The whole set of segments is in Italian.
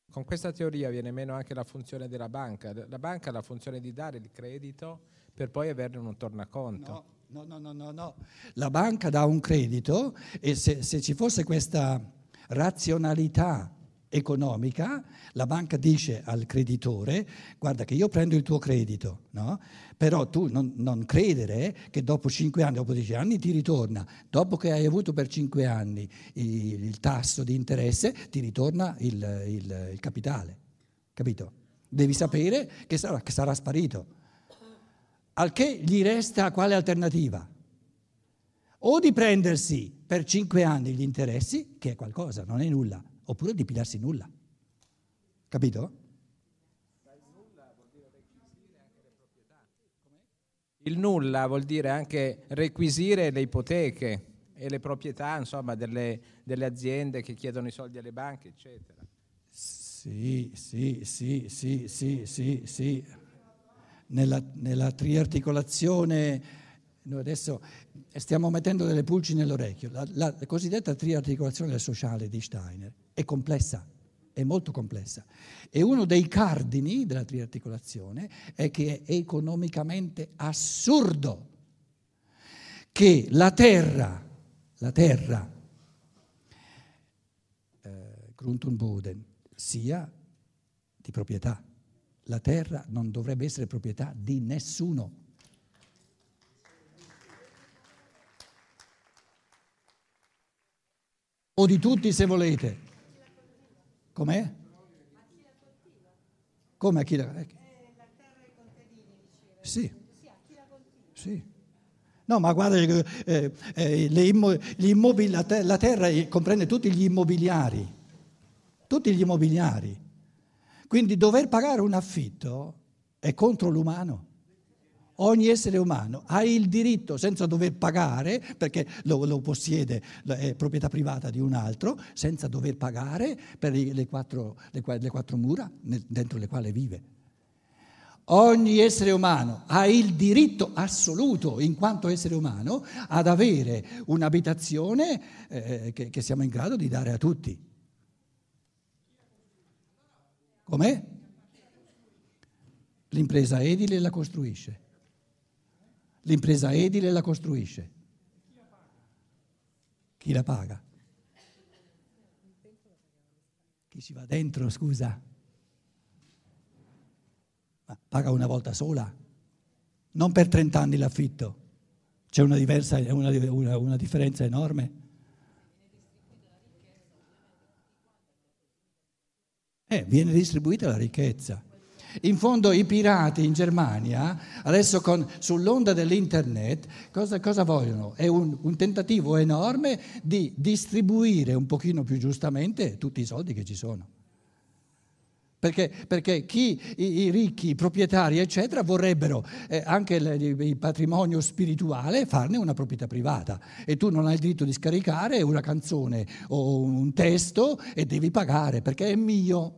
Con questa teoria viene meno anche la funzione della banca. La banca ha la funzione di dare il credito per poi averne un tornaconto. No. La banca dà un credito e se ci fosse questa razionalità economica, la banca dice al creditore: guarda che io prendo il tuo credito, no? Però tu non credere che dopo 5 anni, dopo 10 anni ti ritorna. Dopo che hai avuto per 5 anni il tasso di interesse, ti ritorna il capitale, capito? Devi sapere che sarà sparito. Al che gli resta quale alternativa? O di prendersi per 5 anni gli interessi, che è qualcosa, non è nulla, oppure di pigliarsi nulla. Capito? Il nulla vuol dire anche requisire le ipoteche e le proprietà, insomma, delle aziende che chiedono i soldi alle banche, eccetera. Sì. Nella triarticolazione, noi adesso stiamo mettendo delle pulci nell'orecchio, la cosiddetta triarticolazione sociale di Steiner è complessa, è molto complessa. E uno dei cardini della triarticolazione è che è economicamente assurdo che la terra, Grund und Boden, sia di proprietà. La terra non dovrebbe essere proprietà di nessuno. O di tutti se volete. Com'è? Come a chi la coltiva? La terra ai contadini, diceva. Sì. A chi la coltiva? Sì. No, ma guarda, la terra comprende tutti gli immobiliari. Tutti gli immobiliari. Quindi dover pagare un affitto è contro l'umano. Ogni essere umano ha il diritto, senza dover pagare, perché lo possiede, è proprietà privata di un altro, senza dover pagare per le quattro mura dentro le quali vive. Ogni essere umano ha il diritto assoluto, in quanto essere umano, ad avere un'abitazione che siamo in grado di dare a tutti. Com'è? L'impresa edile la costruisce. L'impresa edile la costruisce. Chi la paga? Chi ci va dentro, scusa? Ma paga una volta sola, non per 30 anni l'affitto. C'è una differenza enorme. Viene distribuita la ricchezza. In fondo i pirati in Germania, adesso sull'onda dell'internet, cosa vogliono? È un tentativo enorme di distribuire un pochino più giustamente tutti i soldi che ci sono. Perché i ricchi, i proprietari, eccetera, vorrebbero anche il patrimonio spirituale farne una proprietà privata. E tu non hai il diritto di scaricare una canzone o un testo e devi pagare perché è mio.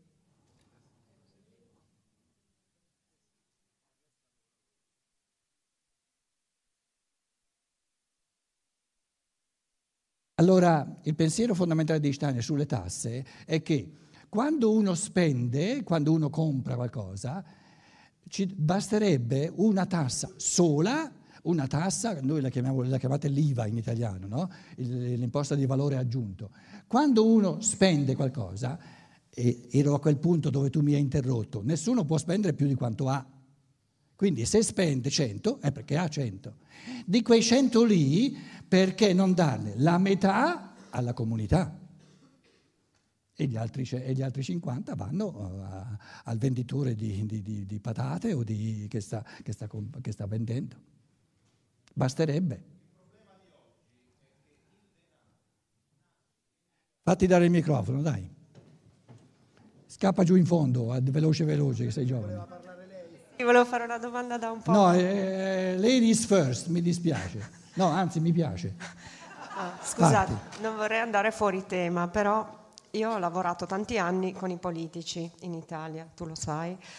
Allora, il pensiero fondamentale di Steiner sulle tasse è che quando uno spende, quando uno compra qualcosa, ci basterebbe una tassa sola, una tassa, noi la chiamate l'IVA in italiano, no? L'imposta di valore aggiunto. Quando uno spende qualcosa, e ero a quel punto dove tu mi hai interrotto, nessuno può spendere più di quanto ha. Quindi se spende 100 è perché ha 100. Di quei 100 lì, perché non darne la metà alla comunità? E gli altri 50 vanno al venditore di patate o che sta vendendo. Basterebbe. Fatti dare il microfono, dai. Scappa giù in fondo, veloce, che sei giovane. Io volevo fare una domanda da un po'. No, ladies first, mi dispiace. No, anzi, mi piace. Scusate, Parti. non vorrei andare fuori tema, però io ho lavorato tanti anni con i politici in Italia, tu lo sai,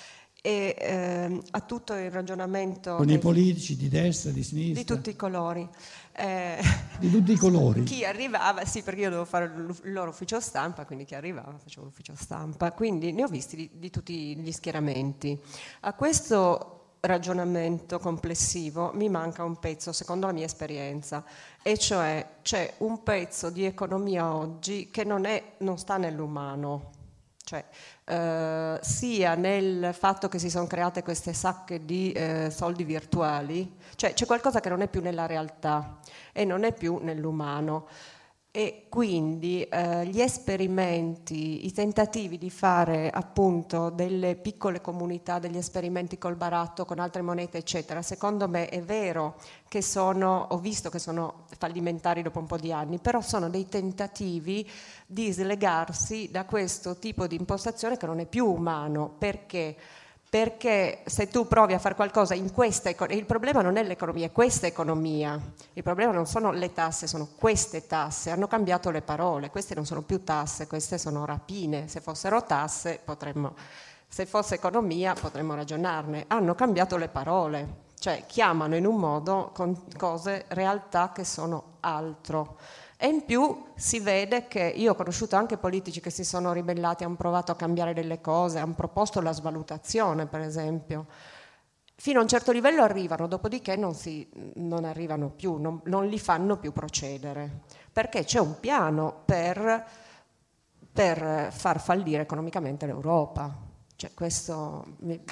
e a tutto il ragionamento con i politici di destra, di sinistra, di tutti i colori. Di tutti i colori. Chi arrivava, sì, perché io devo fare il loro ufficio stampa, quindi chi arrivava faceva l'ufficio stampa, quindi ne ho visti di tutti gli schieramenti. A questo ragionamento complessivo mi manca un pezzo, secondo la mia esperienza, e cioè c'è un pezzo di economia oggi che non sta nell'umano, cioè sia nel fatto che si sono create queste sacche di soldi virtuali, cioè c'è qualcosa che non è più nella realtà e non è più nell'umano, e quindi gli esperimenti, i tentativi di fare appunto delle piccole comunità, degli esperimenti col baratto, con altre monete eccetera, secondo me è vero che ho visto che sono fallimentari dopo un po' di anni, però sono dei tentativi di slegarsi da questo tipo di impostazione che non è più umano. Perché se tu provi a fare qualcosa in questa economia, il problema non è l'economia, è questa economia, il problema non sono le tasse, sono queste tasse, hanno cambiato le parole, queste non sono più tasse, queste sono rapine, se fossero tasse se fosse economia potremmo ragionarne, hanno cambiato le parole, cioè chiamano in un modo con cose, realtà che sono altro. E in più si vede che io ho conosciuto anche politici che si sono ribellati, hanno provato a cambiare delle cose, hanno proposto la svalutazione per esempio, fino a un certo livello arrivano, dopodiché non arrivano più, non li fanno più procedere, perché c'è un piano per far fallire economicamente l'Europa. Cioè questo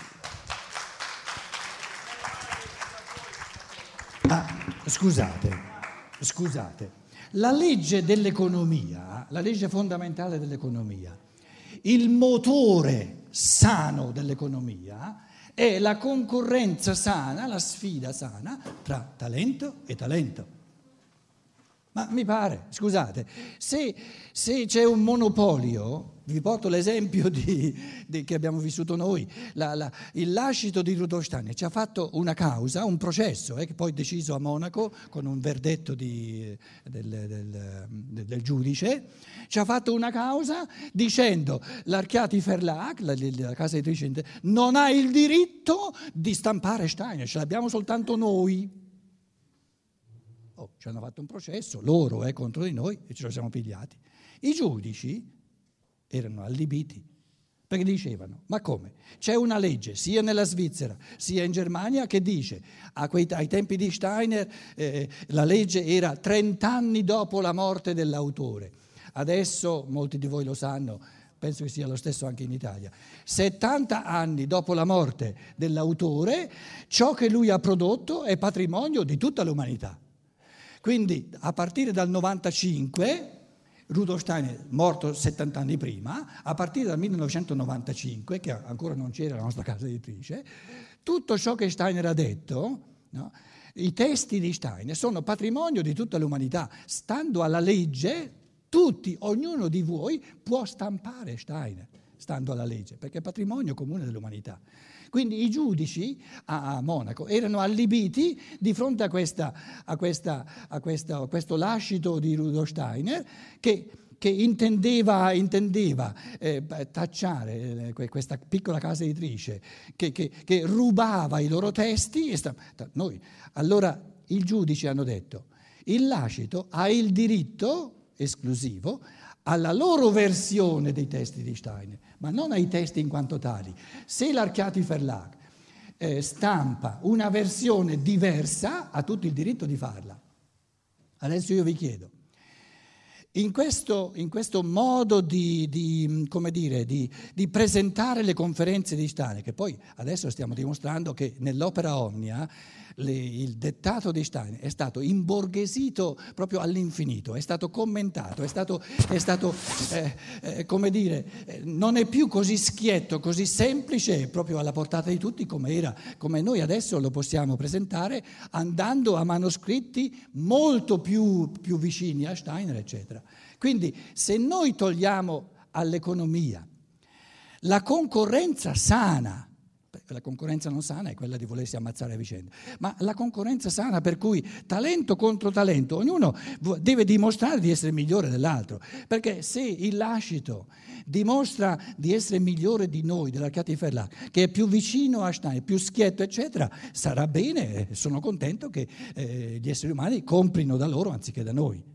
Scusate. La legge dell'economia, la legge fondamentale dell'economia, il motore sano dell'economia è la concorrenza sana, la sfida sana tra talento e talento. Ma mi pare, scusate, se c'è un monopolio, vi porto l'esempio che abbiamo vissuto noi, il lascito di Rudolf Steiner ci ha fatto una causa, un processo, che poi deciso a Monaco con un verdetto del giudice, ci ha fatto una causa dicendo l'Archiati Verlag, la casa editrice, non ha il diritto di stampare Steiner, ce l'abbiamo soltanto noi. Ci hanno fatto un processo, loro contro di noi, e ce lo siamo pigliati. I giudici erano allibiti, perché dicevano, ma come? C'è una legge, sia nella Svizzera, sia in Germania, che dice, ai tempi di Steiner la legge era 30 anni dopo la morte dell'autore. Adesso, molti di voi lo sanno, penso che sia lo stesso anche in Italia, 70 anni dopo la morte dell'autore, ciò che lui ha prodotto è patrimonio di tutta l'umanità. Quindi a partire dal 95, Rudolf Steiner morto 70 anni prima, a partire dal 1995, che ancora non c'era la nostra casa editrice, tutto ciò che Steiner ha detto, no, i testi di Steiner sono patrimonio di tutta l'umanità. Stando alla legge, ognuno di voi può stampare Steiner, stando alla legge, perché è patrimonio comune dell'umanità. Quindi i giudici a Monaco erano allibiti di fronte a questo lascito di Rudolf Steiner che intendeva tacciare questa piccola casa editrice che rubava i loro testi. Allora i giudici hanno detto il lascito ha il diritto esclusivo alla loro versione dei testi di Steiner, ma non ai testi in quanto tali. Se l'Archiati Verlag stampa una versione diversa, ha tutto il diritto di farla. Adesso io vi chiedo, in questo modo di presentare le conferenze di Steiner, che poi adesso stiamo dimostrando che nell'opera Omnia il dettato di Steiner è stato imborghesito proprio all'infinito, è stato commentato, non è più così schietto, così semplice, proprio alla portata di tutti come noi adesso lo possiamo presentare, andando a manoscritti molto più vicini a Steiner, eccetera. Quindi se noi togliamo all'economia la concorrenza sana, La concorrenza non sana è quella di volersi ammazzare a vicenda, ma la concorrenza sana per cui talento contro talento, ognuno deve dimostrare di essere migliore dell'altro, perché se il lascito dimostra di essere migliore di noi, dell'Arcati-Ferla, che è più vicino a Stein, più schietto, eccetera, sarà bene, sono contento che gli esseri umani comprino da loro anziché da noi.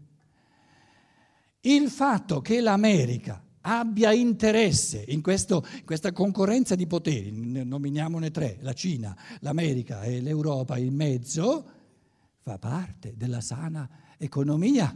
Il fatto che l'America abbia interesse in questa concorrenza di poteri, nominiamone 3, la Cina, l'America e l'Europa in mezzo, fa parte della sana economia.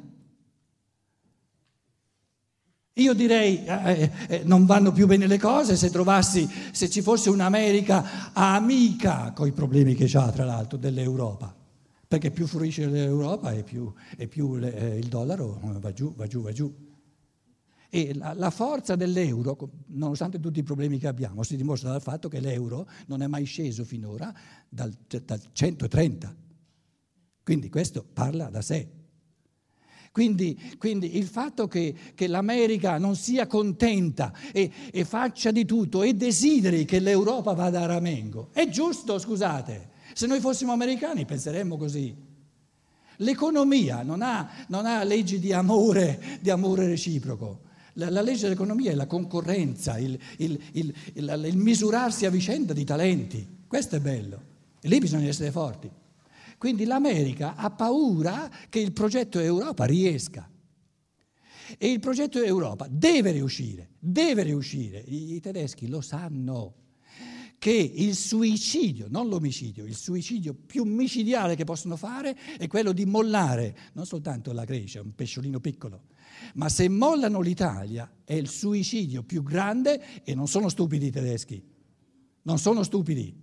Io direi non vanno più bene le cose se ci fosse un'America amica coi problemi che ha tra l'altro dell'Europa, perché più fruisce l'Europa e più il dollaro va giù, va giù, va giù. E la forza dell'euro, nonostante tutti i problemi che abbiamo, si dimostra dal fatto che l'euro non è mai sceso finora dal 130. Quindi questo parla da sé. Quindi il fatto che l'America non sia contenta e faccia di tutto e desideri che l'Europa vada a ramengo, è giusto, scusate. Se noi fossimo americani penseremmo così. L'economia non ha leggi di amore reciproco. La legge dell'economia è la concorrenza, il misurarsi a vicenda di talenti. Questo è bello. E lì bisogna essere forti. Quindi l'America ha paura che il progetto Europa riesca. E il progetto Europa deve riuscire. I tedeschi lo sanno che il suicidio, non l'omicidio, il suicidio più micidiale che possono fare è quello di mollare non soltanto la Grecia, un pesciolino piccolo, ma se mollano l'Italia è il suicidio più grande e non sono stupidi i tedeschi. Non sono stupidi.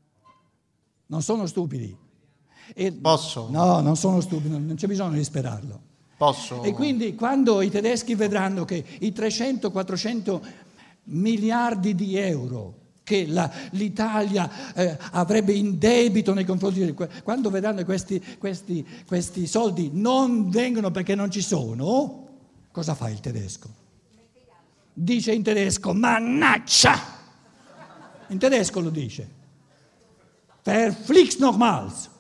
Posso? No, non sono stupidi, non c'è bisogno di sperarlo. Posso? E quindi quando i tedeschi vedranno che i 300-400 miliardi di euro che l'Italia avrebbe in debito nei confronti di quando vedranno questi soldi non vengono perché non ci sono, cosa fa il tedesco? Dice in tedesco mannaggia! In tedesco lo dice. Verflixt nochmals!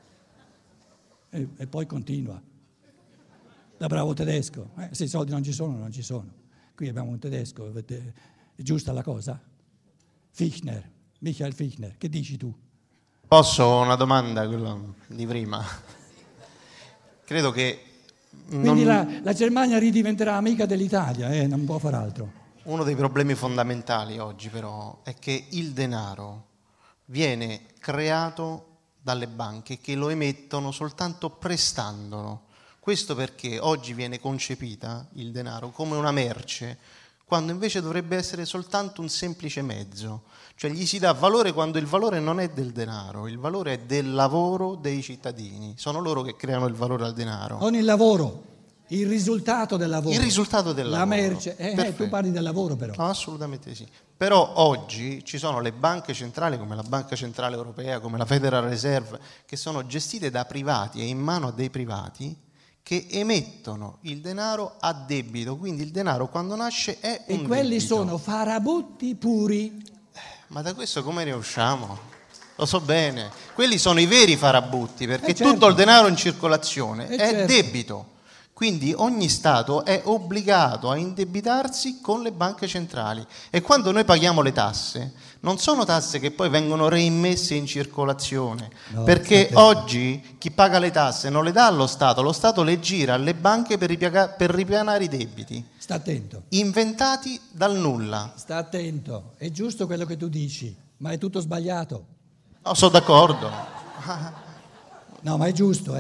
E poi continua. Da bravo tedesco. Se i soldi non ci sono, non ci sono. Qui abbiamo un tedesco, è giusta la cosa? Michael Fichtner, che dici tu? Posso una domanda, quella di prima? Credo che... Quindi la Germania ridiventerà amica dell'Italia, non può far altro. Uno dei problemi fondamentali oggi però è che il denaro viene creato dalle banche che lo emettono soltanto prestandolo. Questo perché oggi viene concepita il denaro come una merce, quando invece dovrebbe essere soltanto un semplice mezzo. Cioè gli si dà valore quando il valore non è del denaro, il valore è del lavoro dei cittadini. Sono loro che creano il valore al denaro. Non il lavoro, il risultato del lavoro. Il risultato del lavoro. La merce. Tu parli del lavoro però. No, assolutamente sì. Però oggi ci sono le banche centrali come la Banca Centrale Europea, come la Federal Reserve, che sono gestite da privati e in mano a dei privati che emettono il denaro a debito, quindi il denaro quando nasce è un e quelli debito. Sono farabutti puri. Ma da questo come ne usciamo? Lo so bene, quelli sono i veri farabutti, perché certo. Tutto il denaro in circolazione è certo. debito, quindi ogni Stato è obbligato a indebitarsi con le banche centrali e quando noi paghiamo le tasse non sono tasse che poi vengono reimmesse in circolazione, perché oggi chi paga le tasse non le dà allo Stato le gira alle banche per ripianare i debiti. Sta attento. Inventati dal nulla. Sta attento, è giusto quello che tu dici, ma è tutto sbagliato. No, sono d'accordo. No, ma è giusto,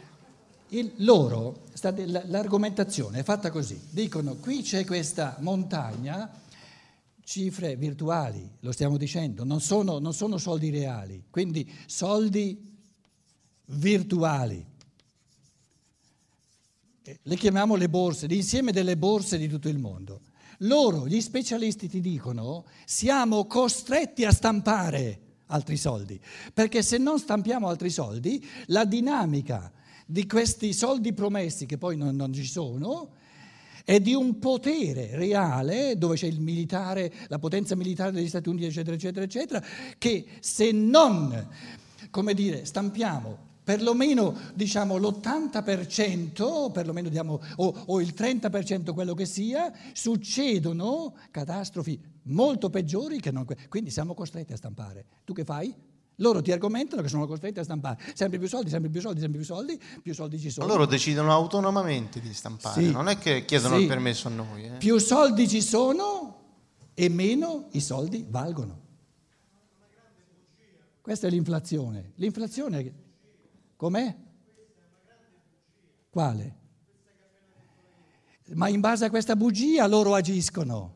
l'argomentazione è fatta così. Dicono, qui c'è questa montagna, cifre virtuali, lo stiamo dicendo, non sono soldi reali, quindi soldi virtuali. Le chiamiamo le borse, l'insieme delle borse di tutto il mondo. Loro, gli specialisti ti dicono, siamo costretti a stampare altri soldi, perché se non stampiamo altri soldi, la dinamica di questi soldi promessi, che poi non ci sono, è di un potere reale, dove c'è il militare, la potenza militare degli Stati Uniti, eccetera, eccetera, eccetera, che se non, come dire, stampiamo perlomeno diciamo l'80%, perlomeno diamo, o il 30%, quello che sia, succedono catastrofi molto peggiori che non quindi siamo costretti a stampare. Tu che fai? Loro ti argomentano che sono costretti a stampare sempre più soldi, sempre più soldi, sempre più soldi, più soldi ci sono. Loro decidono autonomamente di stampare, sì, non è che chiedono sì, il permesso a noi. Più soldi ci sono e meno i soldi valgono. Questa è l'inflazione. L'inflazione com'è? Quale? Ma in base a questa bugia loro agiscono.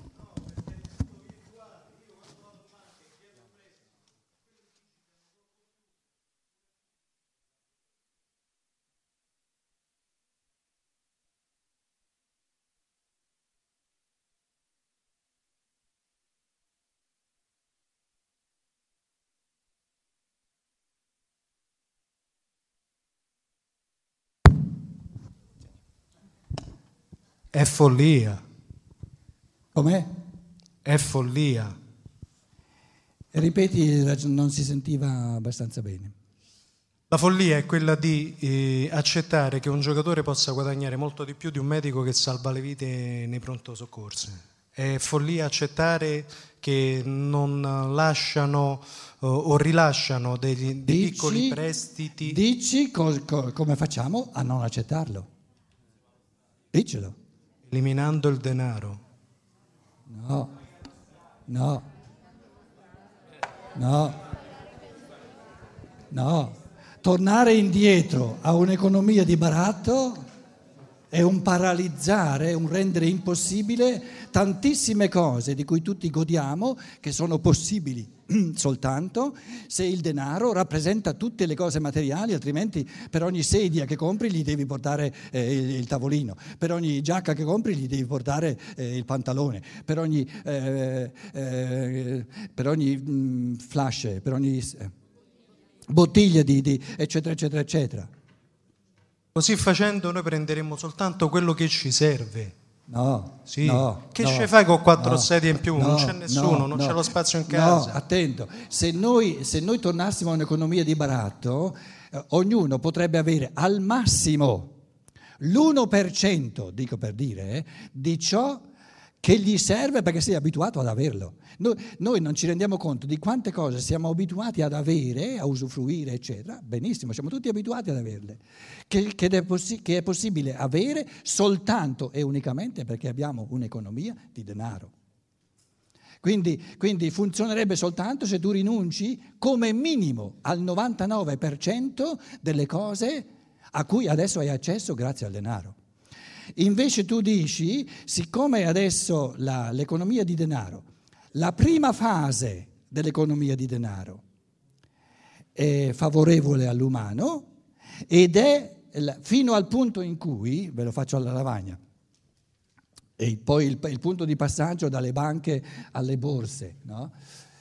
È follia. Com'è? È follia. Ripeti, non si sentiva abbastanza bene. La follia è quella di accettare che un giocatore possa guadagnare molto di più di un medico che salva le vite nei pronto soccorsi. È follia accettare che non lasciano o rilasciano dei piccoli prestiti. Dici come facciamo a non accettarlo? Diccelo. Eliminando il denaro. No. Tornare indietro a un'economia di baratto è un paralizzare, un rendere impossibile tantissime cose di cui tutti godiamo, che sono possibili soltanto se il denaro rappresenta tutte le cose materiali, altrimenti per ogni sedia che compri gli devi portare il tavolino, per ogni giacca che compri gli devi portare il pantalone, per ogni flash, per ogni bottiglia di eccetera, eccetera, eccetera. Così facendo noi prenderemo soltanto quello che ci serve. No, sì. No, che no, ci fai con 4 no, sedie in più? No, non c'è nessuno, non c'è lo spazio in casa. No, attento, se noi tornassimo a un'economia di baratto, ognuno potrebbe avere al massimo l'1%, dico per dire, di ciò che gli serve perché sei abituato ad averlo. Noi non ci rendiamo conto di quante cose siamo abituati ad avere, a usufruire, eccetera. Benissimo, siamo tutti abituati ad averle, che è possibile avere soltanto e unicamente perché abbiamo un'economia di denaro. Quindi funzionerebbe soltanto se tu rinunci come minimo al 99% delle cose a cui adesso hai accesso grazie al denaro. Invece tu dici, siccome adesso l'economia di denaro, la prima fase dell'economia di denaro è favorevole all'umano ed è fino al punto in cui, ve lo faccio alla lavagna, e poi il punto di passaggio dalle banche alle borse, no?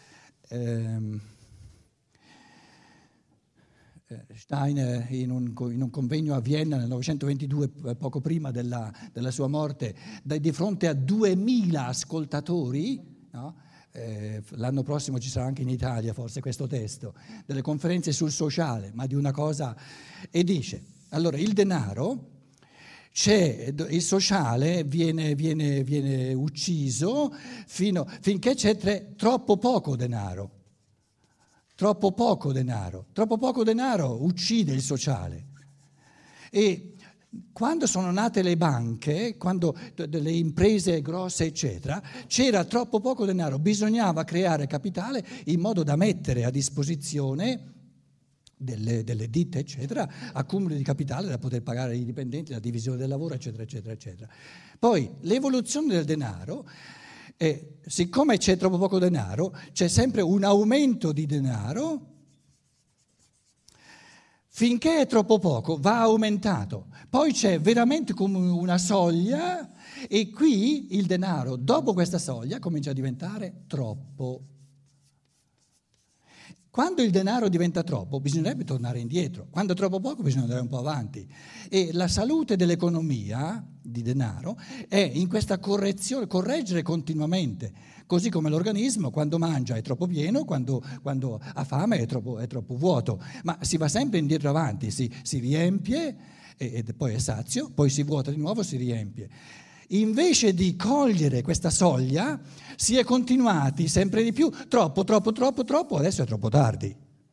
Stein in un convegno a Vienna nel 1922, poco prima della sua morte, di fronte a 2000 ascoltatori, no? L'anno prossimo ci sarà anche in Italia forse questo testo, delle conferenze sul sociale, ma di una cosa, e dice, allora il denaro, il sociale viene ucciso finché c'è troppo poco denaro. Troppo poco denaro uccide il sociale. E quando sono nate le banche, quando le imprese grosse, eccetera, c'era troppo poco denaro, bisognava creare capitale in modo da mettere a disposizione delle ditte, eccetera, accumulo di capitale da poter pagare i dipendenti, la divisione del lavoro, eccetera, eccetera, eccetera. Poi l'evoluzione del denaro. E siccome c'è troppo poco denaro, c'è sempre un aumento di denaro, finché è troppo poco va aumentato, poi c'è veramente come una soglia e qui il denaro dopo questa soglia comincia a diventare troppo. Quando il denaro diventa troppo, bisognerebbe tornare indietro. Quando è troppo poco, bisogna andare un po' avanti. E la salute dell'economia di denaro è in questa correzione, correggere continuamente, così come l'organismo quando mangia è troppo pieno, quando ha fame è troppo vuoto, ma si va sempre indietro avanti, si riempie e poi è sazio, poi si vuota di nuovo, si riempie. Invece di cogliere questa soglia, si è continuati sempre di più, troppo, adesso è troppo tardi.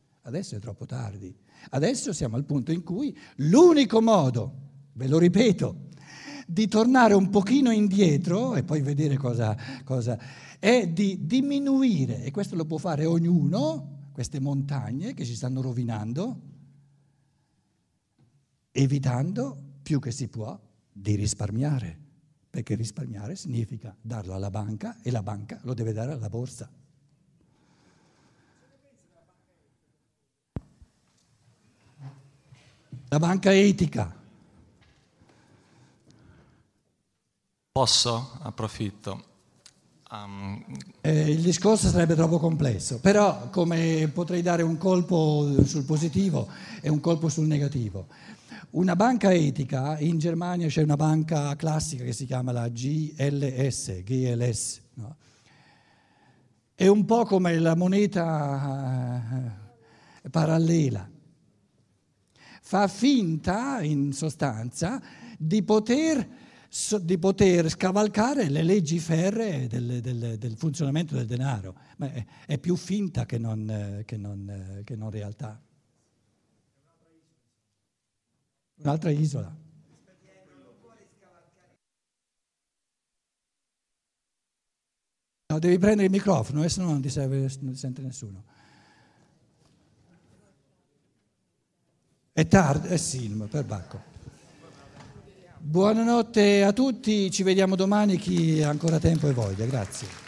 Adesso siamo al punto in cui l'unico modo, ve lo ripeto, di tornare un pochino indietro e poi vedere cosa è di diminuire, e questo lo può fare ognuno, queste montagne che si stanno rovinando, evitando più che si può di risparmiare. Perché risparmiare significa darlo alla banca e la banca lo deve dare alla borsa. La banca etica. Posso? Approfitto. Il discorso sarebbe troppo complesso, però come potrei dare un colpo sul positivo e un colpo sul negativo. Una banca etica, in Germania c'è una banca classica che si chiama la GLS, no? È un po' come la moneta parallela. Fa finta, in sostanza, di poter scavalcare le leggi ferree del funzionamento del denaro, ma è più finta che non realtà. Un'altra isola. No, devi prendere il microfono, se no non ti sente nessuno. È tardi, sì, perbacco. Buonanotte a tutti, ci vediamo domani, chi ha ancora tempo e voglia, grazie.